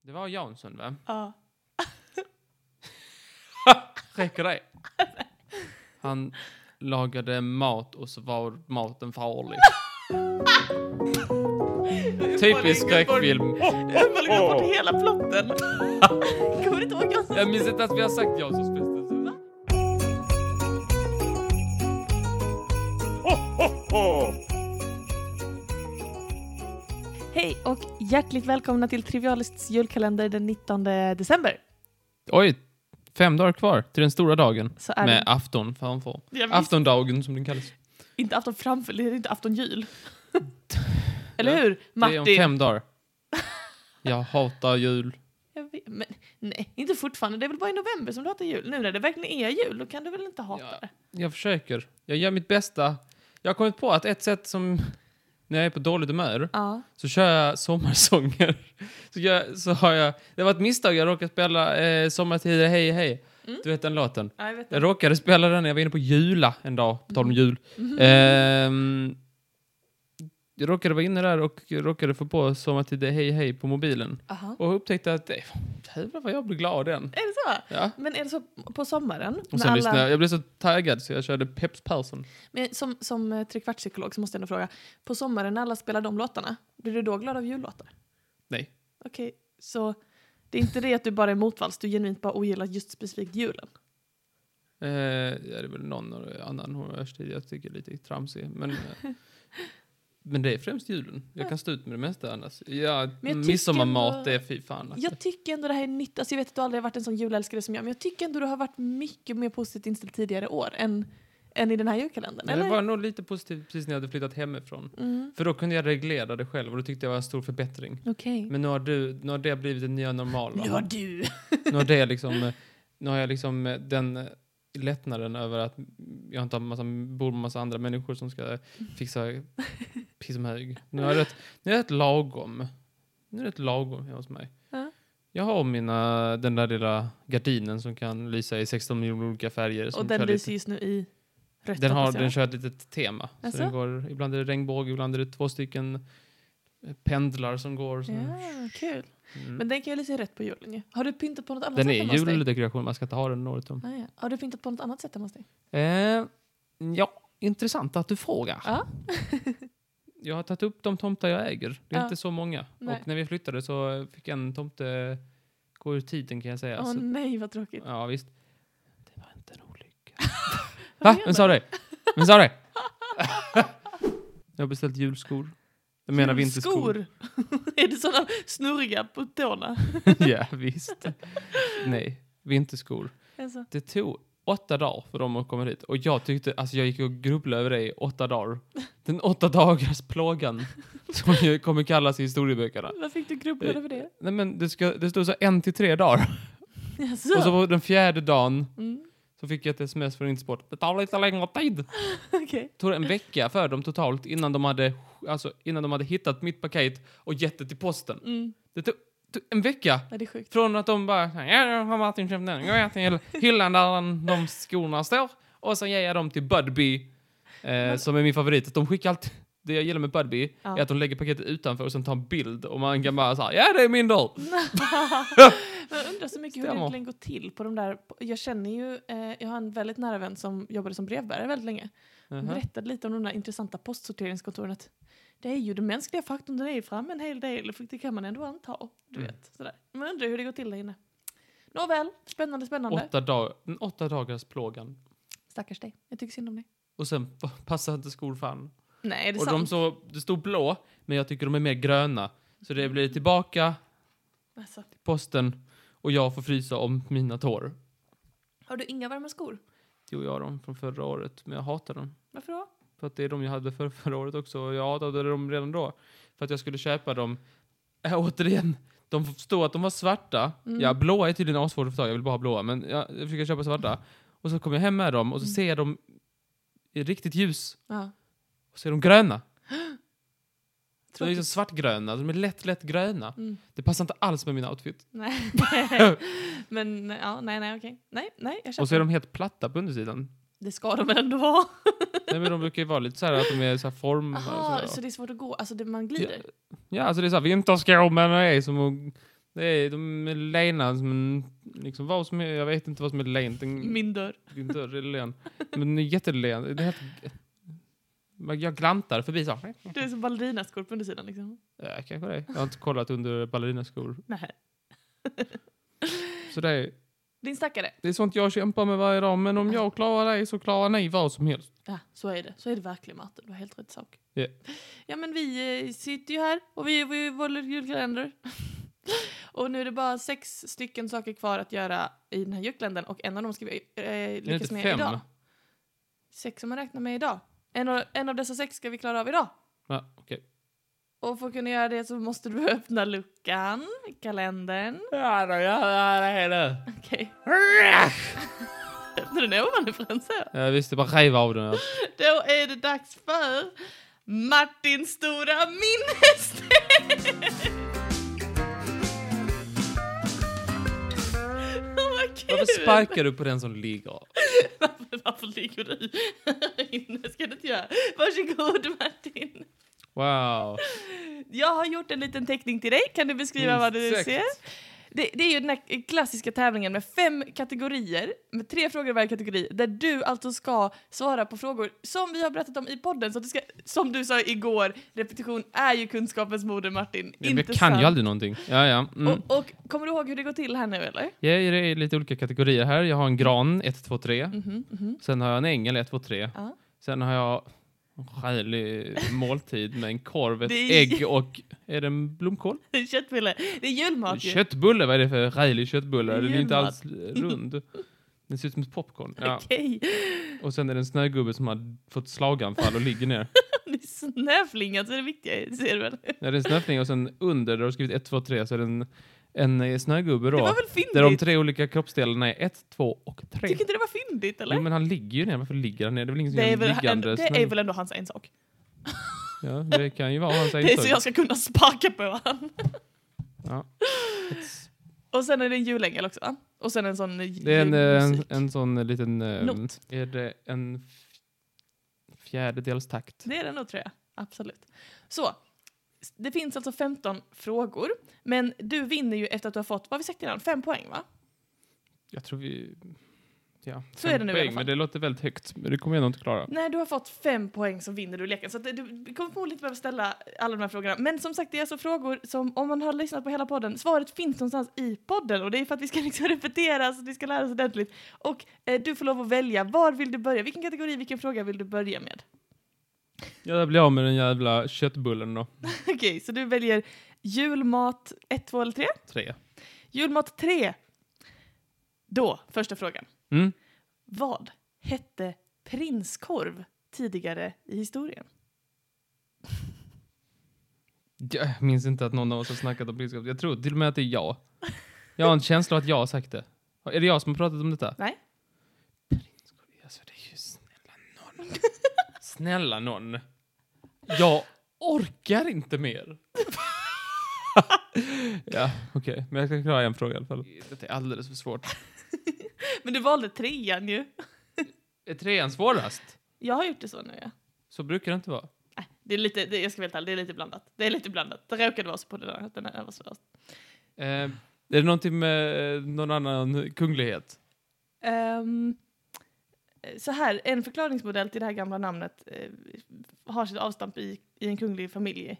Det var Jansson, va? Ja. Räcker det? Han lagade mat och så var maten farlig. Typisk skräckfilm. Jag har glömt bort hela plotten. Kommer du inte ihåg Jansson? Jag minns inte att vi har sagt Janssons bästa. Hej och hjärtligt välkomna till Trivialists julkalender den 19 december. Oj, 5 dagar kvar till den stora dagen. Så är med det. afton framför. Ja, Aftondagen som den kallas. Inte afton framför, det är inte afton jul. Eller hur, Matti? Det är om Matti? 5 dagar. Jag hatar jul. Jag vet, men nej, inte fortfarande. Det är väl bara i november som du hatar jul. Nu när det verkligen är jul, då kan du väl inte hata det? Jag försöker. Jag gör mitt bästa. Jag har kommit på att ett sätt som... När jag är på dåligt humör så kör jag sommarsånger. Så har jag... Det var ett misstag. Jag råkade spela Sommartider, hej, hej. Du vet den låten? Ja, jag vet Jag råkade spela den när jag var inne på Jula en dag. På tal om jul. Jag råkade vara inne där och råkade få på Sommartider, hej, hej på mobilen. Aha. Och upptäckte att jävlar vad jag blir glad den. Är det så? Ja. Men är det så på sommaren? Och sen jag blev så taggad så jag körde Peps Persson. Men som trekvartspsykolog så måste jag ändå fråga. På sommaren när alla spelar de låtarna, blir du då glad av jullåtar? Nej. Okej, så det är inte det att du bara är motvalls, du genuint bara ogillar just specifikt julen? Det är väl någon annan årstid jag tycker är lite tramsig. Men det är främst julen. Jag kan stå ut med det mesta annars. Midsommarmat, det är fy fan. Alltså. Jag tycker ändå det här är nytt. Alltså jag vet att du aldrig har varit en sån julälskare som jag. Men jag tycker ändå du har varit mycket mer positivt inställd tidigare år än i den här julkalendern. Det var nog lite positivt precis när jag hade flyttat hemifrån. För då kunde jag reglera det själv och då tyckte jag var en stor förbättring. Okay. Men nu har det blivit den nya normala. Nu har jag liksom den lättnaden över att jag inte bor med massa andra människor som ska fixa piss som hög. Nu är det ett lagom. Nu är det ett lagom hos mig. Jag har den där lilla gardinen som kan lysa i 16 miljoner olika färger. Och den lyser just nu i rött. Den kör ett litet tema. Så den går, ibland är det regnbåge, ibland är det 2 stycken pendlar som går. Så. Ja, kul. Men den kan ju lysa rätt på julen ju. Har du pyntat på något annat sätt? Den är juldekoration, man ska inte ha den året om. Ja. Har du pyntat på något annat sätt än hos dig? Ja, intressant att du frågar. Ja. Jag har tagit upp de tomtar jag äger. Det är inte så många. Nej. Och när vi flyttade så fick en tomte gå ur tiden kan jag säga. Nej, vad tråkigt. Ja, visst. Det var inte en olycka. Va? Vem sa det? Jag har beställt julskor. Jag menar vinterskor. Är det sådana snurriga på tårna? Ja, visst. Nej, vinterskor. Alltså. Det tog 8 dagar för dem att komma hit. Och jag tyckte, jag gick och grubblade över det i 8 dagar. Den 8 dagars plågan som jag kommer kallas i historieböckerna. Vad fick du grubbla över det? Nej, men det stod så 1 till 3 dagar. Alltså. Och så på den 4:e dagen så fick jag ett sms från Intersport. Det tar lite längre tid. Okay. Det tog en vecka för dem totalt innan de hade hittat mitt paket och gett det till posten. Det tog en vecka. Ja, det är sjukt. Från att de bara, jag har Martin köpt den. Jag vet till hyllan där de skorna står. Och så ger jag dem till Budbee. Som är min favorit. Att de skickar allt. Det jag gillar med Budbee är att de lägger paketet utanför och sen tar en bild. Och man kan bara säga, ja det är min dag. Jag undrar så mycket hur det egentligen går till på de där. Jag känner ju, jag har en väldigt nära vän som jobbade som brevbärare väldigt länge. Hon berättade lite om de där intressanta postsorteringskontoren. Det är ju den mänskliga faktorn, den är fram en hel del. För det kan man ändå anta. Du vet, sådär. Men undrar hur det går till där inne. Nåväl, spännande. 8 dagars plågan. Stackars dig, jag tycker synd om dig. Och sen passar inte skor fan. Nej, är det och sant? Det stod blå, men jag tycker de är mer gröna. Så det blir tillbaka till posten och jag får frysa om mina tår. Har du inga varma skor? Jo, jag har dem från förra året, men jag hatar dem. Varför då? För att det är de jag hade förra året också och jag hatade dem redan då. För att jag skulle köpa dem. Återigen, de stod att de var svarta. Ja, blåa är tydligen asvårt att få tag. Jag vill bara ha blåa, men jag försöker köpa svarta. Och så kommer jag hem med dem och så ser jag dem i riktigt ljus. Ja. Och så är de gröna. De är liksom svartgröna. De är lätt gröna. Det passar inte alls med min outfit. Nej. Men, nej, okej. Nej, jag köper. Och så är de helt platta på undersidan. Det ska de väl ändå vara. Nej, men de brukar ju vara lite så här att de är så här formade. Så det är svårt att gå. Alltså man glider. Ja, alltså det är så här vinterskor, men det är som att Det är de är lena som liksom vad som är, jag vet inte vad som är lent. Min dörr. Din dörr är len. Men den är jättelen. Det är helt, jag glantar förbi så. Det är som ballerinaskor på undersidan liksom. Ja, kanske det. Jag har inte kollat under ballerinaskor. Nej. Så det är... Din stackare. Det är sånt jag kämpar med varje dag. Men om jag klarar det så klarar ni vad som helst. Ja, så är det. Så är det verkligen, Martin. Du har helt rätt sak. Yeah. Ja, men vi sitter ju här och vi håller julkalender. Och nu är det bara 6 stycken saker kvar att göra i den här julkalendern. Och en av dem ska vi lyckas med 5? idag. 6 som man räknar med idag. En av dessa 6 ska vi klara av idag. Ja, okej. Okay. Och för att kunna göra det så måste du öppna luckan i kalendern. Ja, då gör jag det. Okej. Öppnar du den ovanifrån så? Jag visste bara riva av den. Då är det dags för Martins stora minnestest. Varför sparkar du på den som ligger? Varför ligger du inne? Ska du inte göra? Varsågod, Martin. Wow. Jag har gjort en liten teckning till dig. Kan du beskriva vad du ser? Det är ju den här klassiska tävlingen med 5 kategorier, med 3 frågor i varje kategori, där du alltså ska svara på frågor som vi har berättat om i podden. Så att du ska, som du sa igår, repetition är ju kunskapens moder, Martin. Ja, jag kan ju aldrig någonting. Ja. Mm. Och kommer du ihåg hur det går till här nu, eller? Ja, det är lite olika kategorier här. Jag har en gran, 1, 2, 3. Sen har jag en ängel, 1, 2, 3. Sen har jag en skälig måltid med en korv, ett ägg och... Är det en blomkål? En köttbulle. Det är julmat. Köttbulle, vad är det för skälig köttbulle? Den är inte alls rund. Den ser ut som ett popcorn. Ja. Okej. Och sen är det en snögubbe som har fått slaganfall och ligger ner. Det är snöflingan, så är det viktiga, ser du väl? Ja, det är en snöfling och sen under där du har skrivit 1, 2, 3 så är det en snögubbe då. Det var väl fyndigt? Där de 3 olika kroppsdelarna är 1, 2 och 3. Tycker inte det var fyndigt, eller? Jo, men han ligger ju ner. Varför ligger han ner? Det är väl ingen som liggande det är väl ändå hans ensak. Ja, det kan ju vara hans ensak. Det är så jag ska kunna sparka på han. Ja. Och sen är det en julängel också, va? Och sen en sån det är en sån liten... not. Är det en fjärdedelstakt? Det är det nog, tror jag. Absolut. Så, det finns alltså 15 frågor. Men du vinner ju efter att du har fått, vad har vi sagt innan? 5 poäng, va? Jag tror vi... Ja, så är det nu poäng, i alla fall. Men det låter väldigt högt. Men det kommer jag nog inte klara. När du har fått 5 poäng så vinner du leken. Så att du kommer förmodligen inte behöva ställa alla de här frågorna. Men som sagt, det är alltså frågor som, om man har lyssnat på hela podden, svaret finns någonstans i podden. Och det är för att vi ska liksom repetera, så vi ska lära oss ordentligt. Och du får lov att välja. Var vill du börja? Vilken kategori, vilken fråga vill du börja med? Jag blir av med den jävla köttbullen då. Okej, så du väljer julmat 1, 2 eller 3? 3. Julmat 3. Då, första frågan. Mm. Vad hette prinskorv tidigare i historien? Jag minns inte att någon av oss har snackat om prinskorv. Jag tror till och med att det är jag. Jag har en känsla att jag har sagt det. Är det jag som har pratat om detta? Nej. Prinskorv, alltså det är ju snälla någon. Snälla någon. Jag orkar inte mer. Ja, okej. Men jag ska klara en fråga i alla fall. Det är alldeles för svårt. Men du valde 3:an ju. Är 3:an svårast? Jag har gjort det så nu, ja. Så brukar det inte vara. Nej, det är lite, jag ska veta, det är lite blandat. Det är lite blandat. Det råkade vara så på det där, att den här var svårast. Är det någonting med någon annan kunglighet? Så här, en förklaringsmodell till det här gamla namnet har sitt avstamp i en kunglig familj.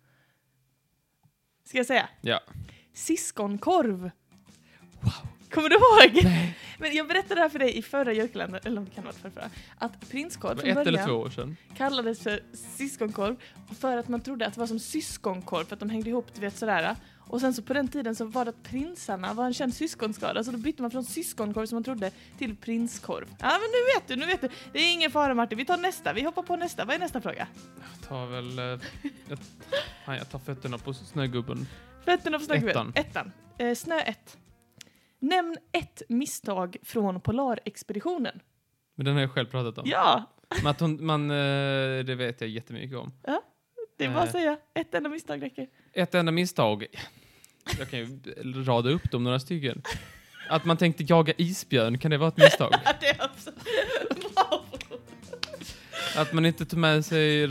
Ska jag säga? Ja. Siskonkorv. Wow. Kommer du ihåg? Nej. Men jag berättade det här för dig i förra julkalendern, eller om det kan vara förra, att prinskorv från 1 eller 2 början år sedan kallades för siskonkorv för att man trodde att det var som syskonkorv, för att de hängde ihop, du vet, sådär. Och sen så på den tiden så var det att prinsarna var en känd syskonskara, så då bytte man från syskonkorv som man trodde till prinskorv. Ja, men nu vet du. Det är ingen fara, Martin. Vi tar nästa. Vi hoppar på nästa. Vad är nästa fråga? Jag tar väl... jag tar fötterna på snögubben. Fötterna på snögubben. Ettan. Snö 1. Nämn ett misstag från Polarexpeditionen. Men den har jag själv pratat om. Ja! Det vet jag jättemycket om. Ja, det är bara att säga. Ett enda misstag räcker. Ett enda misstag. Jag kan ju rada upp dem några stycken. Att man tänkte jaga isbjörn, kan det vara ett misstag? Det är också... Wow. Att man inte tar med sig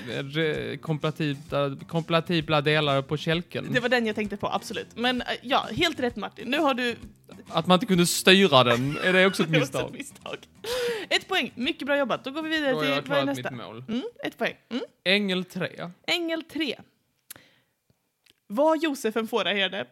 kompatibla delar på kälken. Det var den jag tänkte på, absolut. Men ja, helt rätt Martin. Nu har du... Att man inte kunde styra den, är det också ett misstag? Det är också ett misstag. 1 poäng, mycket bra jobbat. Då går vi vidare till vad är nästa? Mitt mål. 1 poäng. Ängel 3. Ängel 3. Var Josef en fåraherde?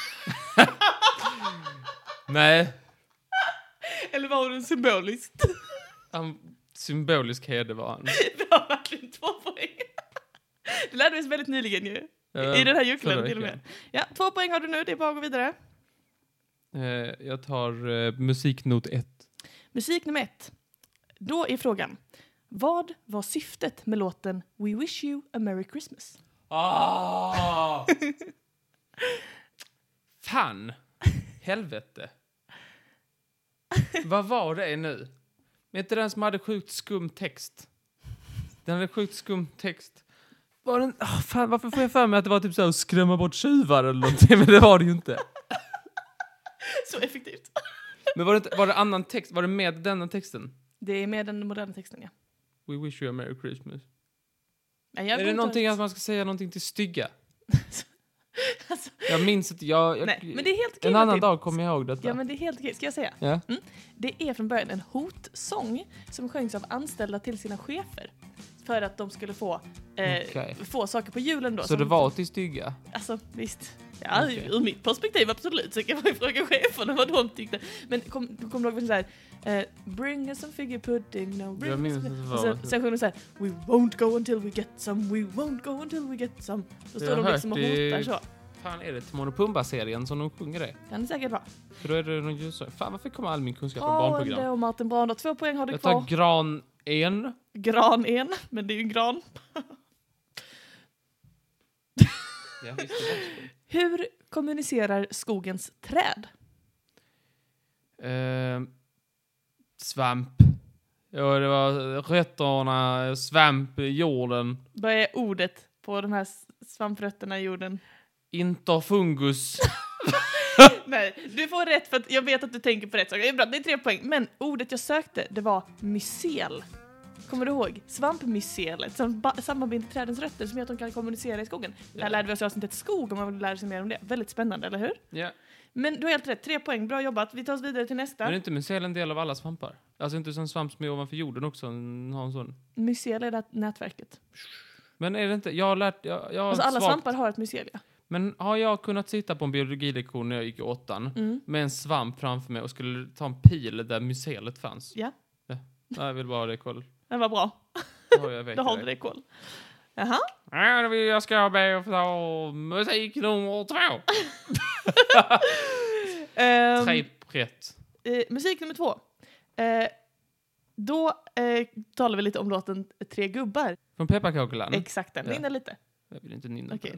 Nej. Eller var hon symboliskt? Symbolisk herde var han. Bra, verkligen 2 poäng. Det lärde vi oss väldigt nyligen ju. I den här julklubben till och med. Ja, 2 poäng har du nu, det är bara att gå vidare. Jag tar musiknot 1. Musik nummer 1. Då är frågan. Vad var syftet med låten We Wish You a Merry Christmas? Fan. Helvete. Vad var det nu? Men inte den som hade sjukt skum text. Den hade sjukt skum text. Var den... fan, varför får jag för mig att det var typ så här att skrämma bort tjuvar eller någonting? Men det var det ju inte. Så effektivt. Men var det annan text? Var det med denna texten? Det är med den moderna texten, ja. We wish you a Merry Christmas. Nej, är det någonting att man ska säga någonting till stygga? Alltså, jag minns inte. Nej, men det är helt okej. En annan dag kommer jag ihåg detta. Ja, men det är helt okej. Ska jag säga? Ja. Det är från början en hotsång som sjöngs av anställda till sina chefer. För att de skulle få saker på julen då. Så det var till stygga? Alltså, visst. Ja, ur mitt perspektiv absolut. Så kan man ju fråga cheferna vad de tyckte. Men kom du ihåg så här... bring us some figure pudding. No, bring jag minns inte vad. Sen sjunger de så här... We won't go until we get some. We won't go until we get some. Då står de liksom och hotar så. Fan, är det Timon och Pumba-serien som de sjunger det? Kan det säkert vara. För då är det någon ljus. Fan, varför kommer all min kunskap om barnprogram? Ja, och Martin Brand. 2 poäng har du kvar. Jag tar gran 1. Gran 1, men det är ju en gran. Jag visste det. Hur kommunicerar skogens träd? Svamp. Ja, det var rötterna, svamp i jorden. Vad är ordet på de här svamprötterna i jorden? Interfungus. Nej, du får rätt för att jag vet att du tänker på rätt saker. Det är bra, det är 3 poäng. Men ordet jag sökte, det var mycel. Kommer du ihåg? Svampmycelet som sammanbinder trädens rötter som gör att de kan kommunicera i skogen. Det här lärde vi oss i avsnittet skog om man vill lära sig mer om det. Väldigt spännande, eller hur? Ja. Men du har helt rätt, 3 poäng, bra jobbat. Vi tar oss vidare till nästa. Men är inte mycel en del av alla svampar? Alltså inte som svamp som är ovanför jorden också har en sån? Mycel är det nätverket. Men är det inte, jag har lärt... alltså alla svampar har ett mycel, ja. Men har jag kunnat sitta på en biologilektion när jag gick i 8 med en svamp framför mig och skulle ta en pil där mycelet fanns? Ja. Jag vill bara ha det koll. Det var bra. Då har du det koll. Jaha. Ja, jag ska be att ta musik nummer 2. 3 rätt. Musik nummer 2. Då talar vi lite om låten 3 gubbar. Från Pepparkakeland? Exakt, den. Nynna lite. Jag vill inte nynna. Okej.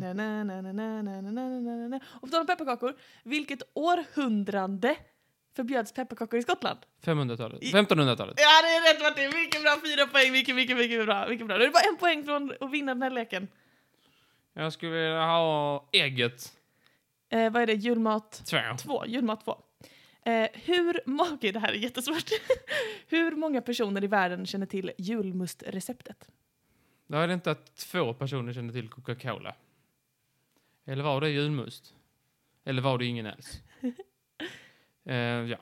Och på tal om pepparkakor, vilket århundrade förbjöds pepparkakor i Skottland? 500-talet. 1500-talet. Ja, det är rätt Martin. Mycket bra, 4 poäng. Mycket bra. Det är bara 1 poäng från att vinna den här leken. Jag skulle vilja ha ägget. Vad är det? Julmat 2. Julmat 2. Okej, det här är jättesvårt. Hur många personer i världen känner till julmustreceptet? Då är det inte att 2 personer känner till Coca-Cola. Eller var det julmust? Eller var det ingen alls? Ja.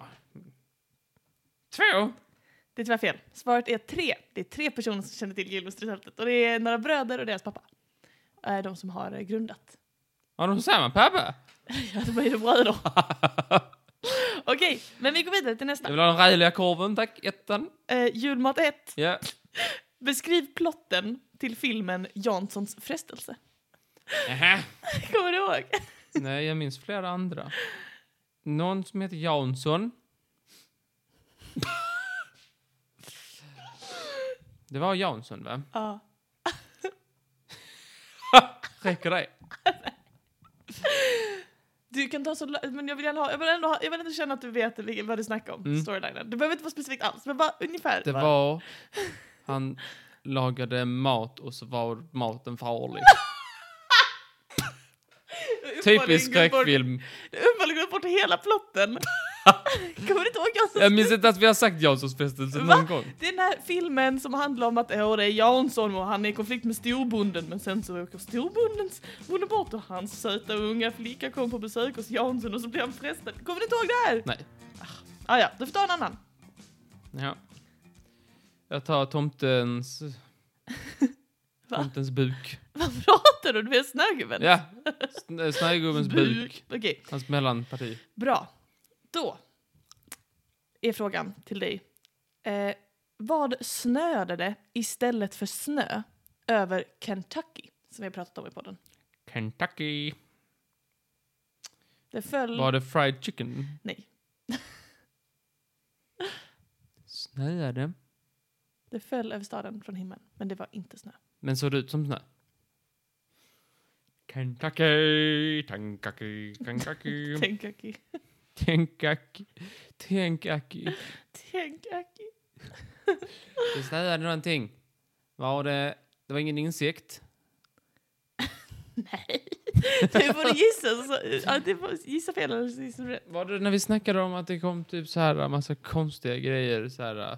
2. Det är tyvärr fel. Svaret är 3. Det är 3 personer som känner till julmustreceptet. Och det är några bröder och deras pappa. De som har grundat. Har de samma pappa? Ja, de är ju bröder. Okej, men vi går vidare till nästa. Jag vill ha den räliga korven, tack. 1. Julmat 1. Ja. Beskriv plotten till filmen Janssons frestelse. Aha. Kommer du ihåg? Nej, jag minns flera andra. Någon som heter Jansson. Det var Jansson, va? Ja. Räcker det? Du kan ta så... Men jag vill ändå känna att du vet vad du snackar om. Storylinen. Du behöver inte vara specifikt alls, men bara ungefär. Det var... Han lagade mat och så var maten farlig. Typisk skräckfilm. Du har uppenbarligen gått bort hela plotten. Kommer du inte ihåg Janssons? Jag minns inte att vi har sagt Janssons frestelse någon gång. Det är den här filmen som handlar om att det är Jansson och han är i konflikt med storbonden, men sen så åker storbonden bort och hans söta unga flicka kommer på besök hos Jansson och så blir han frestad. Kommer du inte ihåg det här? Nej. Ja, du får ta en annan. Ja. Jag tar tomtens buk. Vad pratar du? Du är snögubben. Ja, snögubbens buk. Okej. Hans mellanparti. Bra. Då är frågan till dig. Vad snöade det istället för snö över Kentucky, som vi har pratat om i podden? Kentucky. Det föll... Var det fried chicken? Nej. Snöade. Det föll över staden från himlen, men det var inte snö. Men såg det ut som snö? Kentucky. Det snöade någonting. Det var ingen insekt. Nej. Du får gissa fel eller gissa rätt. Var det när vi snackade om att det kom typ så här massa konstiga grejer så här?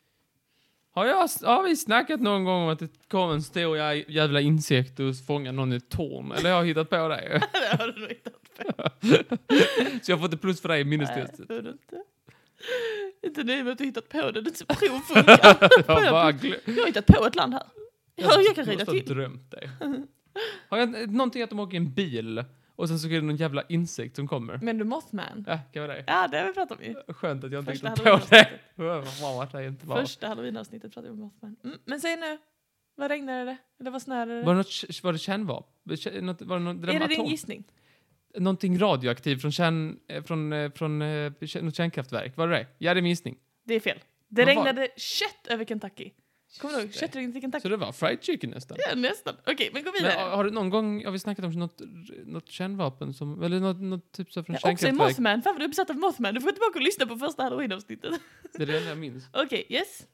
Har vi snackat någon gång om att det kom en stor jävla insekt och fångade någon i tårn? Eller har jag hittat på det? Det har du nog hittat på. Så jag har fått ett plus för dig i minnestestet. Nej, det har du inte. Inte nöjd med att du hittat på det. Det är inte så prov funkar. Jag har hittat på ett land här. Jag kan rida till. Drömt det. Har jag någonting att de åker i en bil och sen så är det någon jävla insekt som kommer? Men du Mothman? Ja, kan vara det. Ja, det har vi pratat om ju. Skönt att jag inte Första hittat på det. Första Halloween-avsnittet pratade vi om Mothman. Men säg nu, vad regnade det? Eller vad snöade det? Var det kärnvapen? Är det din gissning? Någonting radioaktivt från något kärnkraftverk. Var det? Ja, det är min gissning. Det är fel. Det regnade kött över Kentucky. Kommer du ihåg? Köttregnet i Kentucky. Så det var fried chicken nästan? Ja, nästan. Okej, men gå vidare. Men har du någon gång, har vi snackat om något kärnvapen som, eller något typ så från kärnkraftverk? Kärnkraftverk? Också Mothman. Fan vad du är besatt av Mothman. Du får gå tillbaka och lyssna på första Halloween-avsnittet. Det är det jag minns. Okej, yes.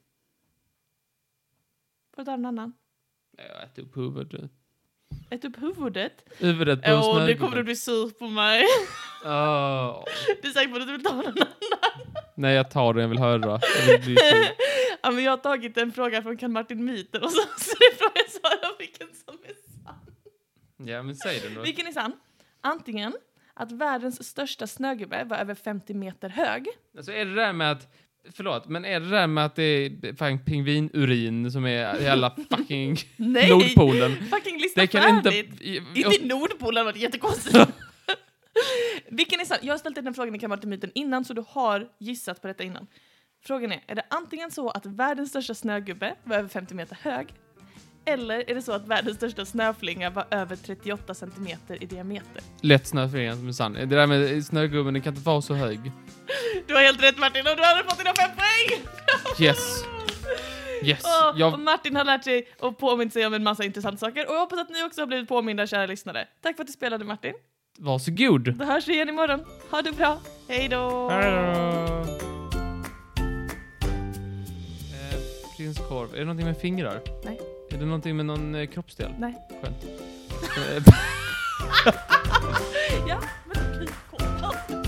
Får du ta en annan? Jag äter upp huvudet. Äter upp huvudet? Huvudet på snögubben. Det kommer du bli sur på mig. Du är säker på att du vill ta någon annan? Nej, jag tar den, jag vill höra. Ja, men jag har tagit en fråga från Kan Martin Myten och så det frågar jag svara vilken som är sann. Ja, men säg det då. Vilken är sann? Antingen att världens största snögubbe var över 50 meter hög. Alltså är det där med att, förlåt, men är det där med att det är fan pingvinurin som är hela fucking Nordpolen? Nej, fucking lista det kan färdigt. Inte Nordpolen, var det jättekonstigt. Vilken är sann? Jag har ställt den frågan i Kan Martin Myten innan, så du har gissat på detta innan. Frågan är det antingen så att världens största snögubbe var över 50 meter hög, eller är det så att världens största snöflinga var över 38 centimeter i diameter? Lätt snöflinga som är sann. Det där med snögubben, det kan inte vara så hög. Du har helt rätt, Martin, och du hade fått dina 5 poäng! Yes! Yes! Och Martin har lärt sig och påmint sig om en massa intressanta saker, och jag hoppas att ni också har blivit påminda, kära lyssnare. Tack för att du spelade, Martin. Varsågod! Då hörs vi igen imorgon. Ha det bra. Hej då! Hej då! Prinskorv. Är det någonting med fingrar? Nej. Är det någonting med någon kroppsdel? Nej. Skönt. Ja, men kul.